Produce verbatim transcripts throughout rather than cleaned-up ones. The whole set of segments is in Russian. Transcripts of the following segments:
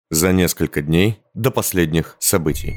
За несколько дней до последних событий.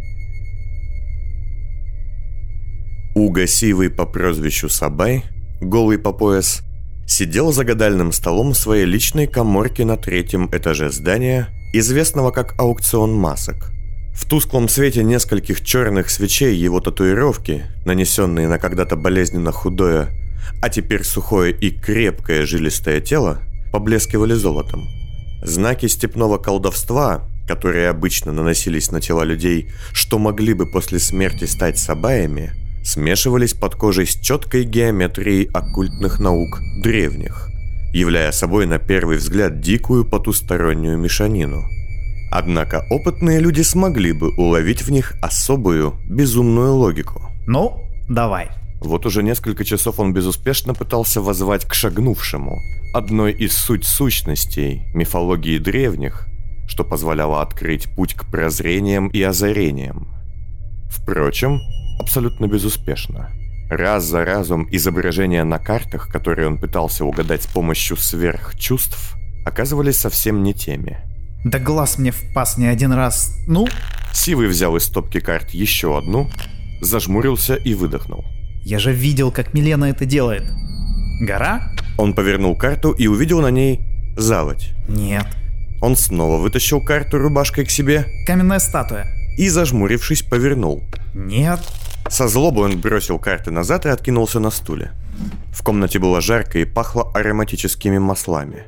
Уго Сивый по прозвищу Сабай, голый по пояс, сидел за гадальным столом в своей личной каморке на третьем этаже здания, известного как аукцион масок. В тусклом свете нескольких черных свечей его татуировки, нанесенные на когда-то болезненно худое, а теперь сухое и крепкое жилистое тело, поблескивали золотом. Знаки степного колдовства, которые обычно наносились на тела людей, что могли бы после смерти стать сабаями, смешивались под кожей с четкой геометрией оккультных наук древних, являя собой на первый взгляд дикую потустороннюю мешанину. Однако опытные люди смогли бы уловить в них особую, безумную логику. Ну, давай. Вот уже несколько часов он безуспешно пытался воззвать к шагнувшему, одной из суть сущностей мифологии древних, что позволяло открыть путь к прозрениям и озарениям. Впрочем, абсолютно безуспешно. Раз за разом изображения на картах, которые он пытался угадать с помощью сверхчувств, оказывались совсем не теми. Да глаз мне впас не один раз. Ну? Сивый взял из стопки карт еще одну, зажмурился и выдохнул. Я же видел, как Милена это делает. Гора? Он повернул карту и увидел на ней заводь. Нет. Он снова вытащил карту рубашкой к себе. Каменная статуя. И, зажмурившись, повернул. Нет. Со злобой он бросил карты назад и откинулся на стуле. В комнате было жарко и пахло ароматическими маслами.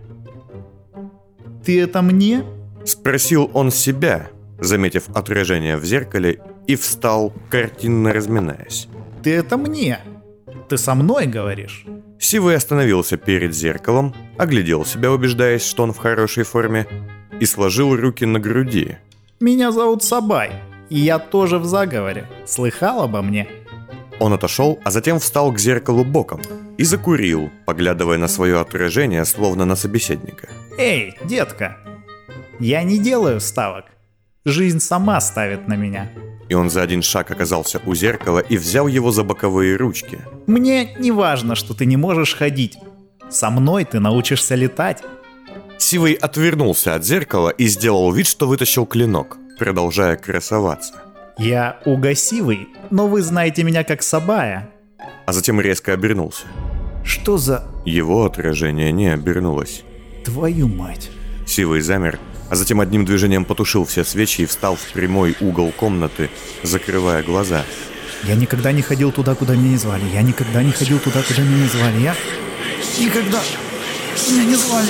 Ты это мне? Спросил он себя, заметив отражение в зеркале, и встал, картинно разминаясь. Ты это мне? Ты со мной говоришь? Сивый остановился перед зеркалом, оглядел себя, убеждаясь, что он в хорошей форме, и сложил руки на груди. Меня зовут Сабай, и я тоже в заговоре. Слыхал обо мне? Он отошел, а затем встал к зеркалу боком и закурил, поглядывая на свое отражение, словно на собеседника. Эй, детка, я не делаю ставок. Жизнь сама ставит на меня. И он за один шаг оказался у зеркала и взял его за боковые ручки. Мне не важно, что ты не можешь ходить. Со мной ты научишься летать. Сивый отвернулся от зеркала и сделал вид, что вытащил клинок, продолжая красоваться. Я Уго Сивый, но вы знаете меня как Сабая. А затем резко обернулся. Что за... Его отражение не обернулось. Твою мать. Сивый замер, а затем одним движением потушил все свечи и встал в прямой угол комнаты, закрывая глаза. Я никогда не ходил туда, куда меня не звали. Я никогда не ходил туда, куда меня не звали. Я никогда меня не звали.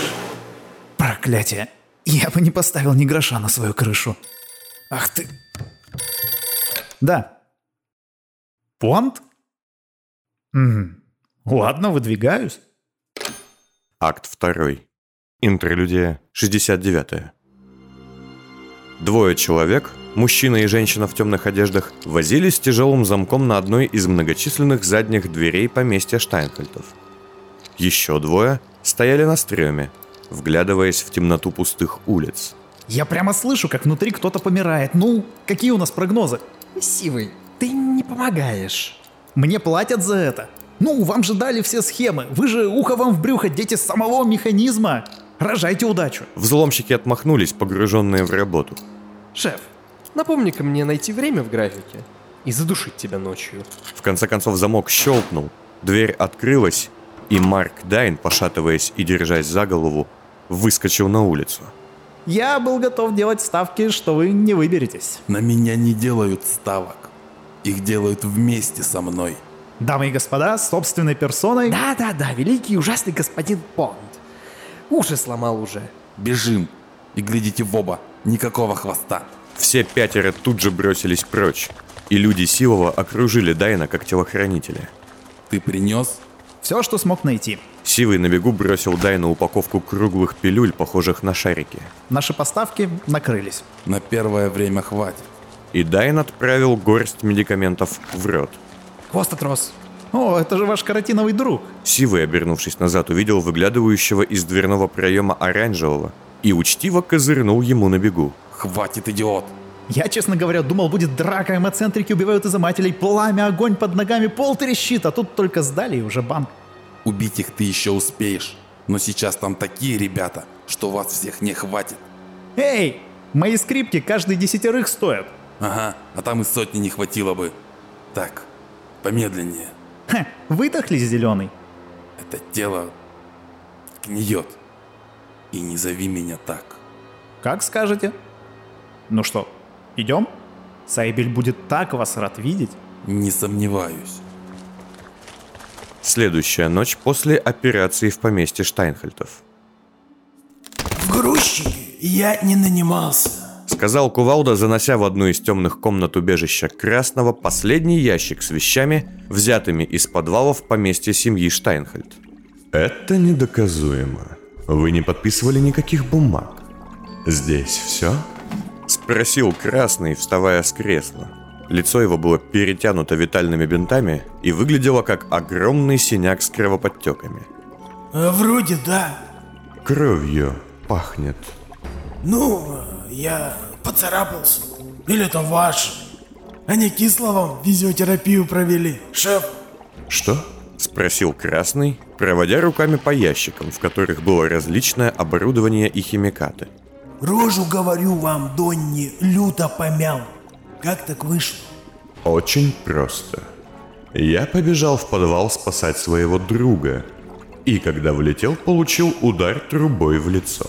Проклятие. Я бы не поставил ни гроша на свою крышу. Ах ты. Да. Понт? М-м. Ладно, выдвигаюсь. Акт второй. Интерлюдия шестьдесят девятая. Двое человек, мужчина и женщина в темных одеждах, возились с тяжелым замком на одной из многочисленных задних дверей поместья Штайнфельдов. Еще двое стояли на стреме, вглядываясь в темноту пустых улиц. Я прямо слышу, как внутри кто-то помирает. Ну, какие у нас прогнозы? Сивый, ты не помогаешь. Мне платят за это. Ну, вам же дали все схемы. Вы же ухо вам в брюхо, дети самого механизма. Рожайте удачу. Взломщики отмахнулись, погруженные в работу. Шеф, напомни-ка мне найти время в графике и задушить тебя ночью. В конце концов замок щелкнул, дверь открылась, и Марк Дайн, пошатываясь и держась за голову, выскочил на улицу. Я был готов делать ставки, что вы не выберетесь. На меня не делают ставок. Их делают вместе со мной. Дамы и господа, собственной персоной... Да-да-да, великий и ужасный господин Понт. Уши сломал уже. Бежим и глядите в оба. Никакого хвоста. Все пятеро тут же бросились прочь, и люди Сивого окружили Дайна как телохранителя. Ты принес? Все, что смог найти. Сивый на бегу бросил Дайну упаковку круглых пилюль, похожих на шарики. Наши поставки накрылись. На первое время хватит. И Дайн отправил горсть медикаментов в рот. Хвост отрос. О, это же ваш каротиновый друг. Сивый, обернувшись назад, увидел выглядывающего из дверного проема оранжевого и учтиво козырнул ему на бегу. Хватит, идиот! Я, честно говоря, думал, будет драка, эмоцентрики убивают изымателей, пламя, огонь под ногами, пол трещит, а тут только сдали и уже банк. Убить их ты еще успеешь, но сейчас там такие ребята, что вас всех не хватит. Эй, мои скрипки каждый десятерых стоят. Ага, а там и сотни не хватило бы. Так, помедленнее. Ха, выдохлись, зеленый. Это тело гниет. И не зови меня так. Как скажете. Ну что, идем? Сайбель будет так вас рад видеть. Не сомневаюсь. Следующая ночь после операции в поместье Штайнхальтов. В грузчики я не нанимался. Сказал Кувалда, занося в одну из темных комнат убежища Красного последний ящик с вещами, взятыми из подвалов поместья семьи Штайнхальт. Это недоказуемо. Вы не подписывали никаких бумаг. Здесь все? Спросил Красный, вставая с кресла. Лицо его было перетянуто витальными бинтами и выглядело как огромный синяк с кровоподтеками. А, вроде да. Кровью пахнет. Ну, я поцарапался. Или это ваше. Они кисло вам физиотерапию провели, шеф. Что? Спросил Красный, проводя руками по ящикам, в которых было различное оборудование и химикаты. Рожу, говорю вам, Донни, люто помял. Как так вышло? Очень просто. Я побежал в подвал спасать своего друга, и когда влетел, получил удар трубой в лицо.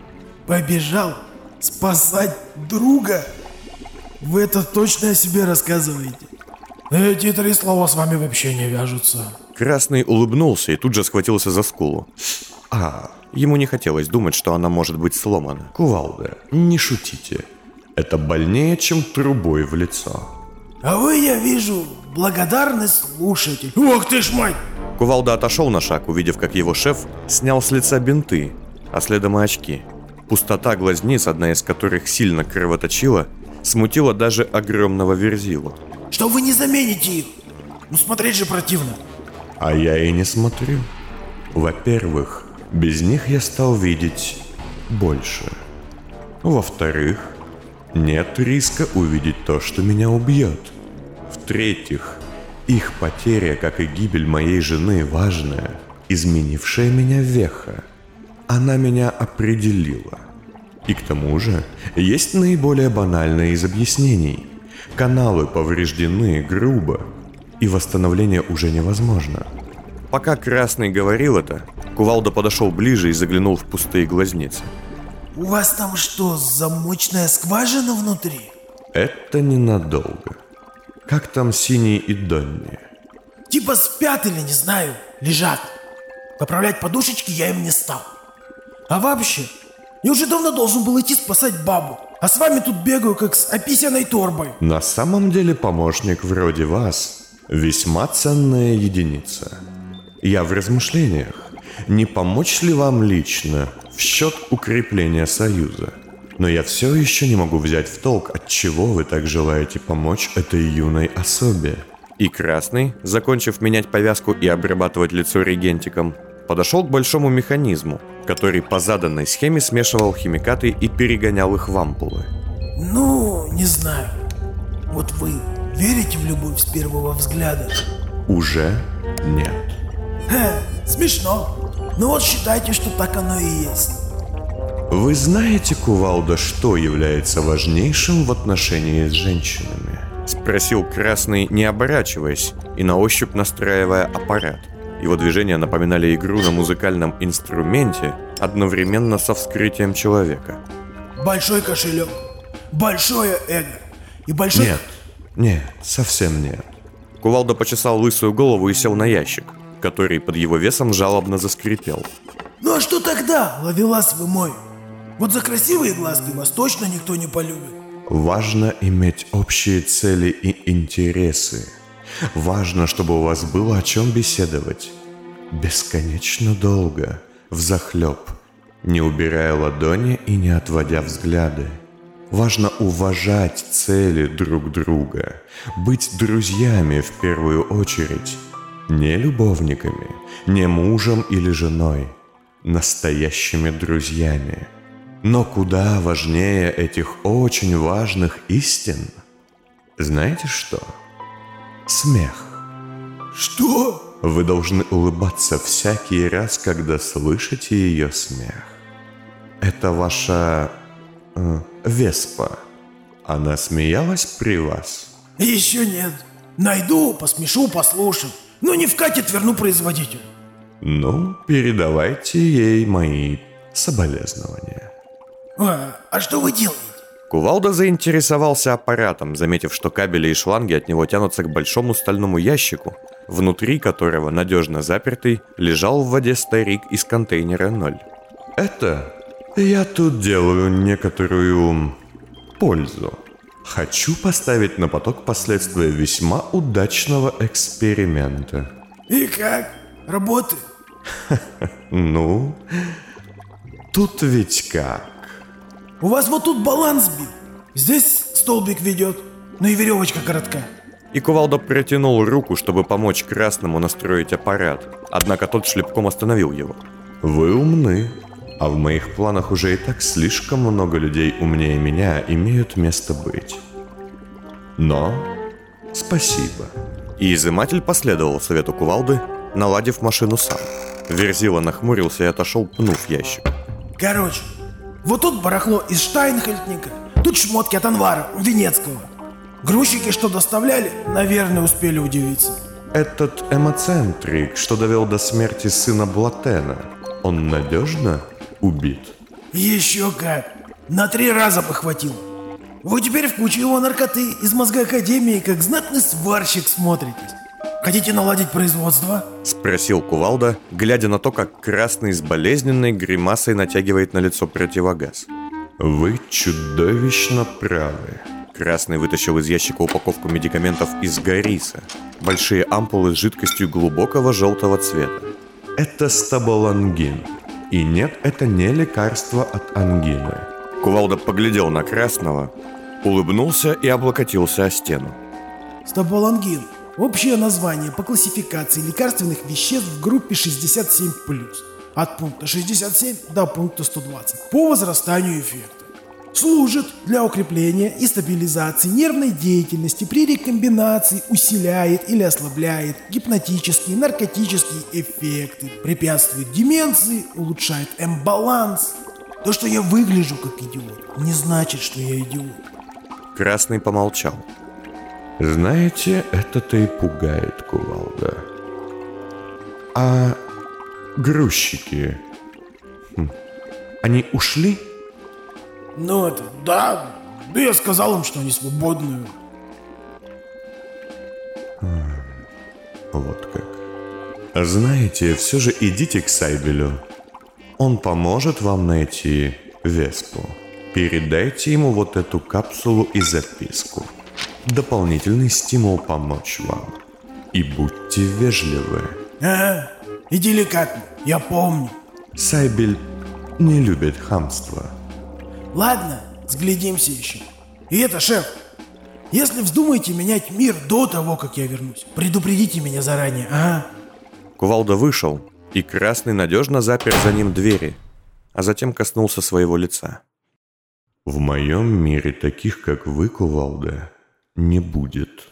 Побежал спасать друга? Вы это точно о себе рассказываете? Эти три слова с вами вообще не вяжутся. Красный улыбнулся и тут же схватился за скулу. А, ему не хотелось думать, что она может быть сломана. Кувалда, не шутите. Это больнее, чем трубой в лицо. А вы, я вижу, благодарный слушатель. Ох ты ж мать! Кувалда отошел на шаг, увидев, как его шеф снял с лица бинты, а следом и очки. Пустота глазниц, одна из которых сильно кровоточила, смутила даже огромного Верзилу. Что вы не замените их? Ну смотреть же противно. А я и не смотрю. Во-первых, без них я стал видеть больше. Во-вторых, нет риска увидеть то, что меня убьет. В-третьих, их потеря, как и гибель моей жены, важная, изменившая меня веха. Она меня определила. И к тому же, есть наиболее банальное из объяснений. Каналы повреждены грубо, и восстановление уже невозможно. Пока Красный говорил это, Кувалда подошел ближе и заглянул в пустые глазницы. У вас там что, замочная скважина внутри? Это ненадолго. Как там Синий и Донни? Типа спят или, не знаю, лежат. Поправлять подушечки я им не стал. А вообще, я уже давно должен был идти спасать бабу. А с вами тут бегаю, как с описанной торбой. На самом деле помощник вроде вас весьма ценная единица. Я в размышлениях, не помочь ли вам лично в счет укрепления союза. Но я все еще не могу взять в толк, от чего вы так желаете помочь этой юной особе. И Красный, закончив менять повязку и обрабатывать лицо регентиком, подошел к большому механизму, который по заданной схеме смешивал химикаты и перегонял их в ампулы. Ну, не знаю. Вот вы верите в любовь с первого взгляда? Уже нет. Хе, смешно. Ну вот считайте, что так оно и есть. Вы знаете, Кувалда, что является важнейшим в отношении с женщинами? Спросил Красный, не оборачиваясь и на ощупь настраивая аппарат. Его движения напоминали игру на музыкальном инструменте одновременно со вскрытием человека. Большой кошелек, большое эго и большой... Нет, нет, совсем нет. Кувалда почесал лысую голову и сел на ящик, который под его весом жалобно заскрипел. Ну а что тогда, ловелас вы мой? Вот за красивые глазки вас точно никто не полюбит. Важно иметь общие цели и интересы. Важно, чтобы у вас было о чем беседовать. Бесконечно долго, взахлеб, не убирая ладони и не отводя взгляды. Важно уважать цели друг друга, быть друзьями в первую очередь. Не любовниками, не мужем или женой, настоящими друзьями. Но куда важнее этих очень важных истин, знаете что? Смех. Что? Вы должны улыбаться всякий раз, когда слышите ее смех. Это ваша э, Веспа, она смеялась при вас? Еще нет. Найду, посмешу, послушаю. Но не вкатит, верну производителю. Ну, передавайте ей мои соболезнования. А, а что вы делаете? Кувалда заинтересовался аппаратом, заметив, что кабели и шланги от него тянутся к большому стальному ящику, внутри которого, надежно запертый, лежал в воде старик из контейнера ноль. Это я тут делаю некоторую пользу. Хочу поставить на поток последствия весьма удачного эксперимента. И как? Работает? Ну, тут ведь как? У вас вот тут баланс сбил. Здесь столбик ведет, но и веревочка коротка. И Кувалда протянул руку, чтобы помочь Красному настроить аппарат, однако тот шлепком остановил его. Вы умны, а в моих планах уже и так слишком много людей умнее меня имеют место быть. Но спасибо. И изыматель последовал совету Кувалды, наладив машину сам. Верзила нахмурился и отошел, пнув ящик. Короче, вот тут барахло из Штайнхельтника, тут шмотки от Анвара, Венецкого. Грузчики, что доставляли, наверное, успели удивиться. Этот эмоцентрик, что довел до смерти сына Блатена, он надежно убит? Еще как. На три раза похватил. Вы теперь в кучу его наркоты из мозга Академии, как знатный сварщик, смотритесь. Хотите наладить производство? Спросил Кувалда, глядя на то, как Красный с болезненной гримасой натягивает на лицо противогаз. Вы чудовищно правы. Красный вытащил из ящика упаковку медикаментов из Гориса. Большие ампулы с жидкостью глубокого желтого цвета. Это стаболангин. И нет, это не лекарство от ангины. Кувалда поглядел на Красного, улыбнулся и облокотился о стену. Стаболангин. Общее название по классификации лекарственных веществ в группе шестьдесят семь плюс. От пункта шестьдесят семь до пункта сто двадцать. По возрастанию эффекта. Служит для укрепления и стабилизации нервной деятельности при рекомбинации, усиляет или ослабляет гипнотические, наркотические эффекты, препятствует деменции, улучшает эмбаланс. То, что я выгляжу как идиот, не значит, что я идиот. Красный помолчал. Знаете, это-то и пугает Кувалда. А грузчики, хм, они ушли? Ну это, да, да я сказал им, что они свободные. Вот как. Знаете, все же идите к Сайбелю. Он поможет вам найти Веспу. Передайте ему вот эту капсулу и записку. Дополнительный стимул помочь вам. И будьте вежливы. Ага, и деликатно, я помню. Сайбель не любит хамства. Ладно, сглядимся еще. И это, шеф, если вздумаете менять мир до того, как я вернусь, предупредите меня заранее, ага. Кувалда вышел, и Красный надежно запер за ним двери, а затем коснулся своего лица. В моем мире таких, как вы, Кувалда, не будет.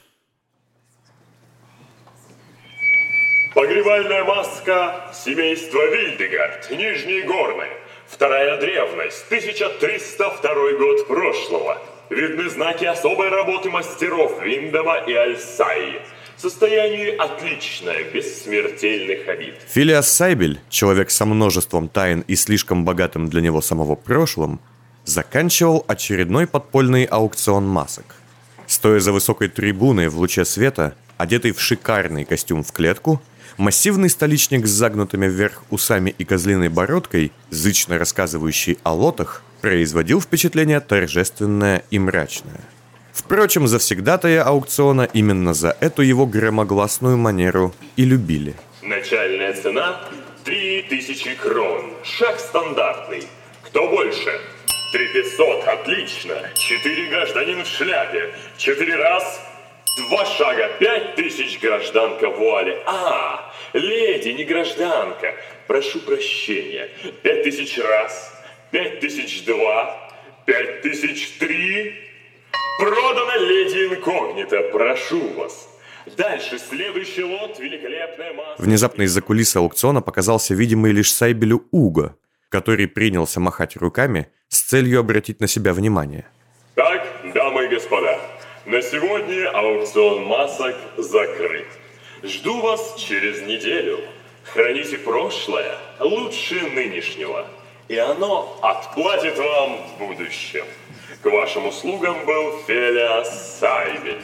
Погребальная маска семейства Вильдегард, Нижний Горный. Вторая древность, тысяча триста второй год прошлого. Видны знаки особой работы мастеров Виндема и Альсаи. Состояние отличное, без смертельных обид. Филиас Сайбель, человек со множеством тайн и слишком богатым для него самого прошлым, заканчивал очередной подпольный аукцион масок. Стоя за высокой трибуной в луче света, одетый в шикарный костюм в клетку, массивный столичник с загнутыми вверх усами и козлиной бородкой, зычно рассказывающий о лотах, производил впечатление торжественное и мрачное. Впрочем, завсегдатаи аукциона именно за эту его громогласную манеру и любили. Начальная цена – три тысячи крон. Шаг стандартный. Кто больше? три пятьсот, отлично. Четыре гражданин в шляпе. Четыре раз. Два шага, пять тысяч, гражданка в вуале. А, леди, не гражданка. Прошу прощения. Пять тысяч раз, пять тысяч два, пять тысяч три. Продано леди инкогнито, прошу вас. Дальше следующий лот, великолепная масса. Внезапно из-за кулисы аукциона показался видимый лишь Сайбелю Уго, который принялся махать руками с целью обратить на себя внимание. Так, дамы и господа, на сегодня аукцион масок закрыт. Жду вас через неделю. Храните прошлое лучше нынешнего, и оно отплатит вам в будущем. К вашим услугам был Фелиас Сайбель.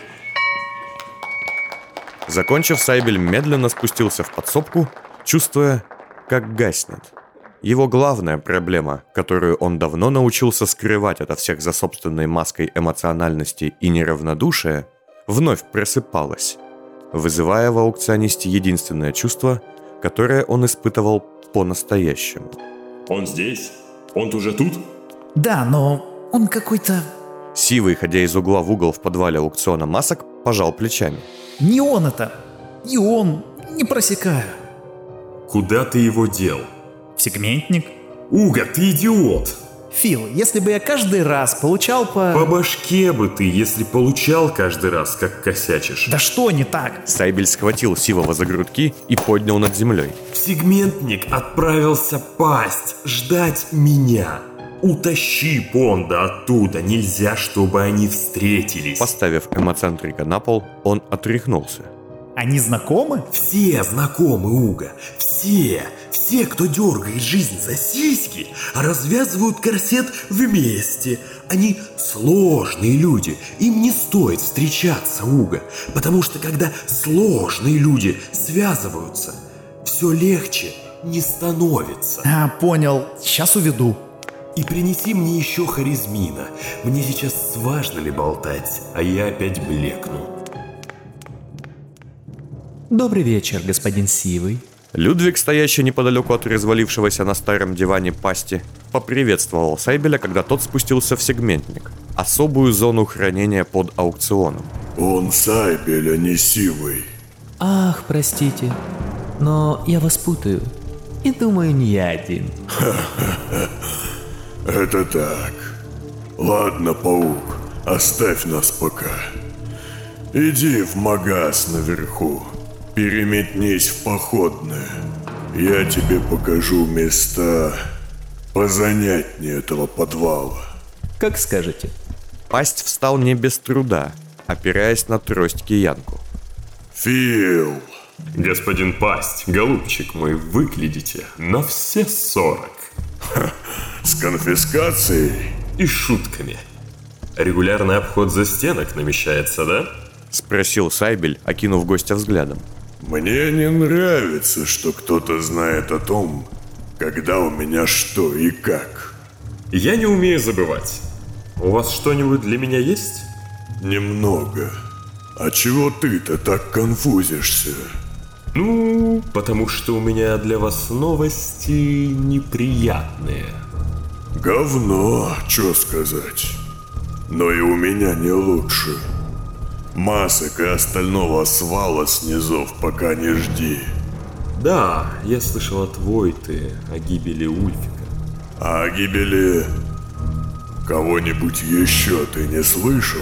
Закончив, Сайбель медленно спустился в подсобку, чувствуя, как гаснет. Его главная проблема, которую он давно научился скрывать ото всех за собственной маской эмоциональности и неравнодушия, вновь просыпалась, вызывая в аукционисте единственное чувство, которое он испытывал по-настоящему. Он здесь? Он уже тут? Да, но он какой-то... Сивый, ходя из угла в угол в подвале аукциона масок, пожал плечами. Не он это. И он. Не просекаю. Куда ты его дел? Сегментник. Уга, ты идиот! Фил, если бы я каждый раз получал по... По башке бы ты, если получал каждый раз, как косячишь. Да что не так? Сайбель схватил Сивого за грудки и поднял над землей. Сегментник отправился пасть, ждать меня. Утащи Понда оттуда, нельзя, чтобы они встретились. Поставив эмоцентрика на пол, он отряхнулся. Они знакомы? Все знакомы, Уга, все. Все, кто дергает жизнь за сиськи, развязывают корсет вместе. Они сложные люди, им не стоит встречаться, Уга. Потому что когда сложные люди связываются, все легче не становится. А, понял, сейчас уведу. И принеси мне еще харизмина. Мне сейчас важно ли болтать, а я опять блекну. Добрый вечер, господин Сивый. Людвиг, стоящий неподалеку от развалившегося на старом диване пасти, поприветствовал Сайбеля, когда тот спустился в сегментник, особую зону хранения под аукционом. Он Сайбель, а не Сивый. Ах, простите, но я вас путаю. И думаю, не я один. Это так. Ладно, паук, оставь нас пока. Иди в магаз наверху. Переметнись в походное. Я тебе покажу места позанятнее этого подвала. Как скажете. Пасть встал не без труда, опираясь на трость киянку. Фил. Господин Пасть, голубчик мой, выглядите на все сорок. Ха, с конфискацией? И шутками. Регулярный обход застенок намечается, да? Спросил Сайбель, окинув гостя взглядом. Мне не нравится, что кто-то знает о том, когда у меня что и как. Я не умею забывать. У вас что-нибудь для меня есть? Немного. А чего ты-то так конфузишься? Ну, потому что у меня для вас новости неприятные. Говно, что сказать. Но и у меня не лучше. Масок и остального свала снизов пока не жди. Да, я слышал от Войты о гибели Ульфика. А о гибели кого-нибудь еще ты не слышал?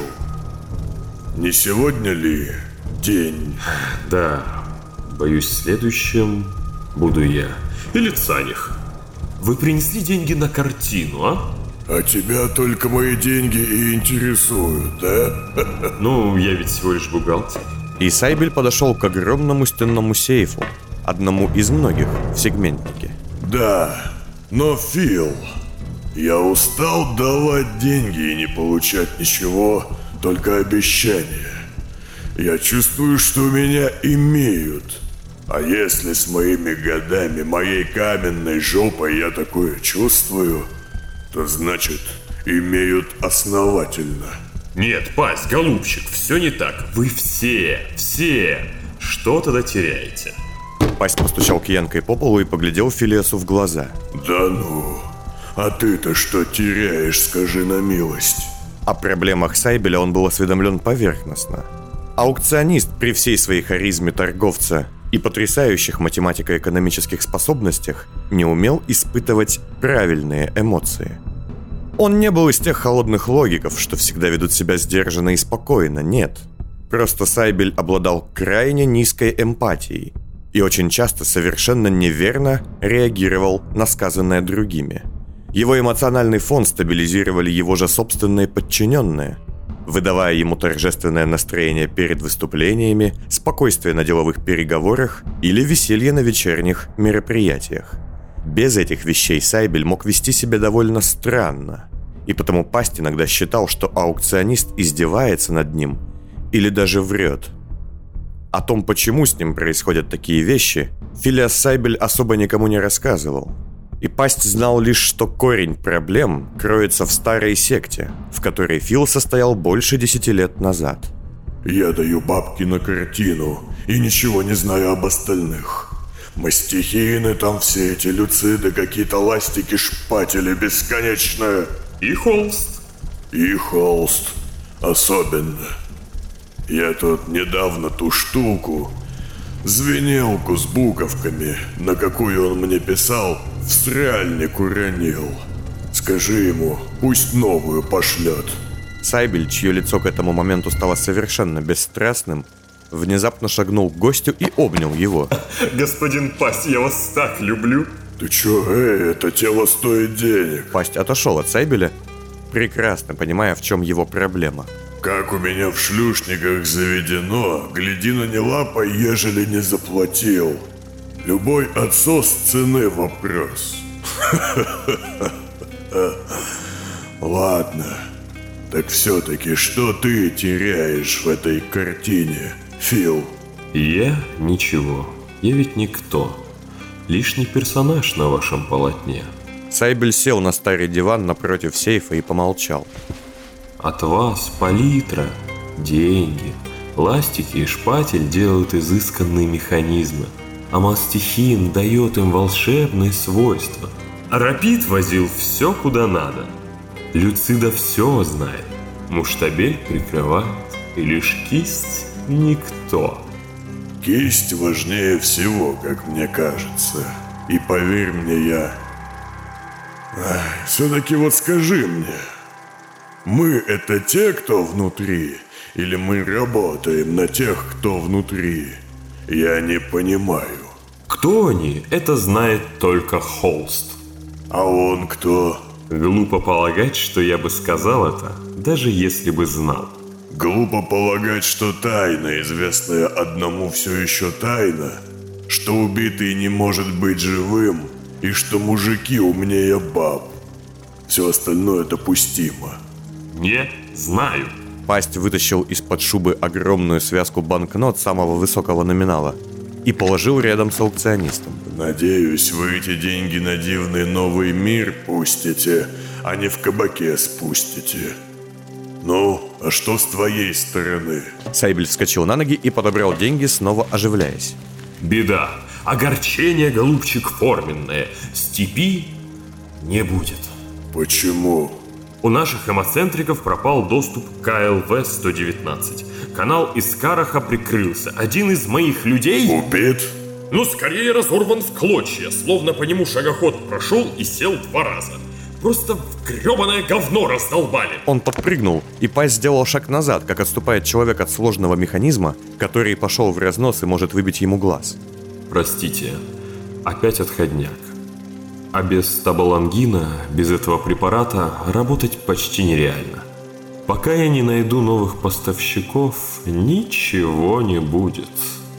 Не сегодня ли день? Да, боюсь, следующим буду я. Или Цаних. Вы принесли деньги на картину, а? А тебя только мои деньги и интересуют, да? Ну, я ведь всего лишь бухгалтер. И Сайбель подошел к огромному стенному сейфу, одному из многих в сегментнике. Да, но, Фил, я устал давать деньги и не получать ничего, только обещания. Я чувствую, что меня имеют. А если с моими годами, моей каменной жопой я такое чувствую, то значит, имеют основательно. Нет, Пасть, голубчик, все не так. Вы все, все что тогда теряете? Пасть постучал киянкой по полу и поглядел Филиасу в глаза. Да ну, а ты-то что теряешь, скажи на милость? О проблемах Сайбеля он был осведомлен поверхностно. Аукционист при всей своей харизме торговца и потрясающих математико-экономических способностях не умел испытывать правильные эмоции. Он не был из тех холодных логиков, что всегда ведут себя сдержанно и спокойно, нет. Просто Сайбель обладал крайне низкой эмпатией и очень часто совершенно неверно реагировал на сказанное другими. Его эмоциональный фон стабилизировали его же собственные подчиненные, выдавая ему торжественное настроение перед выступлениями, спокойствие на деловых переговорах или веселье на вечерних мероприятиях. Без этих вещей Сайбель мог вести себя довольно странно, и потому Пасть иногда считал, что аукционист издевается над ним или даже врет. О том, почему с ним происходят такие вещи, Филиас Сайбель особо никому не рассказывал. И Пасть знал лишь, что корень проблем кроется в старой секте, в которой Фил состоял больше десяти лет назад. Я даю бабки на картину и ничего не знаю об остальных. Мастихины, там все эти люциды, какие-то ластики, шпатели, бесконечное. И холст. И холст. Особенно. Я тут недавно ту штуку, звенелку с буковками, на какую он мне писал, в сральник уронил. Скажи ему, пусть новую пошлет. Сайбель, чье лицо к этому моменту стало совершенно бесстрастным, внезапно шагнул к гостю и обнял его. Господин Пасть, я вас так люблю. Ты чё, эй, это тело стоит денег. Пасть отошел от Сайбеля, прекрасно понимая, в чем его проблема. Как у меня в шлюшниках заведено, гляди на не лапай, ежели не заплатил. Любой отсос цены вопрос. Ладно, так все-таки что ты теряешь в этой картине, Фил? Я ничего, я ведь никто. Лишний персонаж на вашем полотне. Сайбель сел на старый диван напротив сейфа и помолчал. От вас палитра, деньги, ластики и шпатель делают изысканные механизмы, а мастихин дает им волшебные свойства. Рапид возил все куда надо. Люцида все знает, муштабель прикрывает, и лишь кисть никто. Кисть важнее всего, как мне кажется. И поверь мне, я... Ах, все-таки вот скажи мне, мы это те, кто внутри, или мы работаем на тех, кто внутри? Я не понимаю. Кто они, это знает только Холст. А он кто? Глупо полагать, что я бы сказал это, даже если бы знал. Глупо полагать, что тайна, известная одному все еще тайна, что убитый не может быть живым, и что мужики умнее баб. Все остальное допустимо. Не знаю. Пасть вытащил из-под шубы огромную связку банкнот самого высокого номинала и положил рядом с аукционистом. Надеюсь, вы эти деньги на дивный новый мир пустите, а не в кабаке спустите. Ну, а что с твоей стороны? Сайбель вскочил на ноги и подобрал деньги, снова оживляясь. Беда. Огорчение, голубчик, форменное. Степи не будет. Почему? У наших эмоцентриков пропал доступ к ка эл вэ сто девятнадцать. Канал из Караха прикрылся. Один из моих людей... Убит? Ну, скорее разорван в клочья, словно по нему шагоход прошел и сел два раза. Просто в гребаное говно раздолбали. Он подпрыгнул, и Пасть сделал шаг назад, как отступает человек от сложного механизма, который пошел в разнос и может выбить ему глаз. Простите, опять отходняк. А без табалангина, без этого препарата, работать почти нереально. Пока я не найду новых поставщиков, ничего не будет.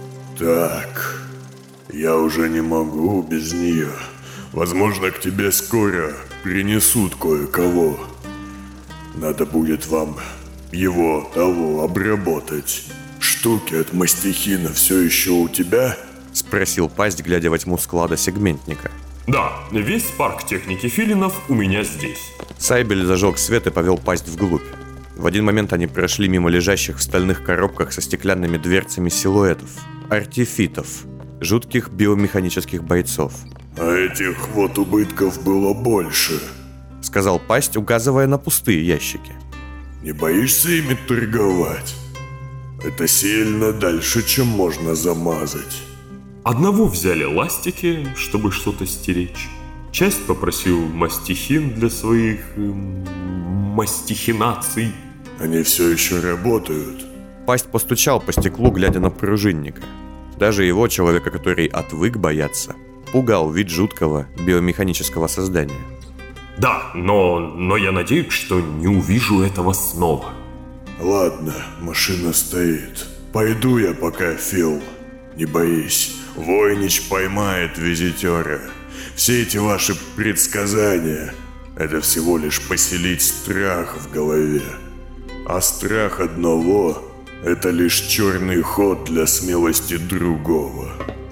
Так, я уже не могу без нее. Возможно, к тебе скоро принесут кое-кого. Надо будет вам его того обработать. Штуки от мастихина все еще у тебя? Спросил Пасть, глядя во тьму склада сегментника. Да, весь парк техники филинов у меня здесь. Сайбель зажег свет и повел Пасть вглубь. В один момент они прошли мимо лежащих в стальных коробках со стеклянными дверцами силуэтов, артефитов, жутких биомеханических бойцов. А этих вот убытков было больше, сказал Пасть, указывая на пустые ящики. Не боишься ими торговать? Это сильно дальше, чем можно замазать. Одного взяли ластики, чтобы что-то стеречь. Часть попросил мастихин для своих... Эм, мастихинаций. Они все еще работают? Пасть постучал по стеклу, глядя на пружинника. Даже его, человека, который отвык бояться, пугал вид жуткого биомеханического создания. Да, но, но я надеюсь, что не увижу этого снова. Ладно, машина стоит. Пойду я пока, Фил. Не боись, Войнич поймает визитера. Все эти ваши предсказания — это всего лишь поселить страх в голове. А страх одного — это лишь черный ход для смелости другого.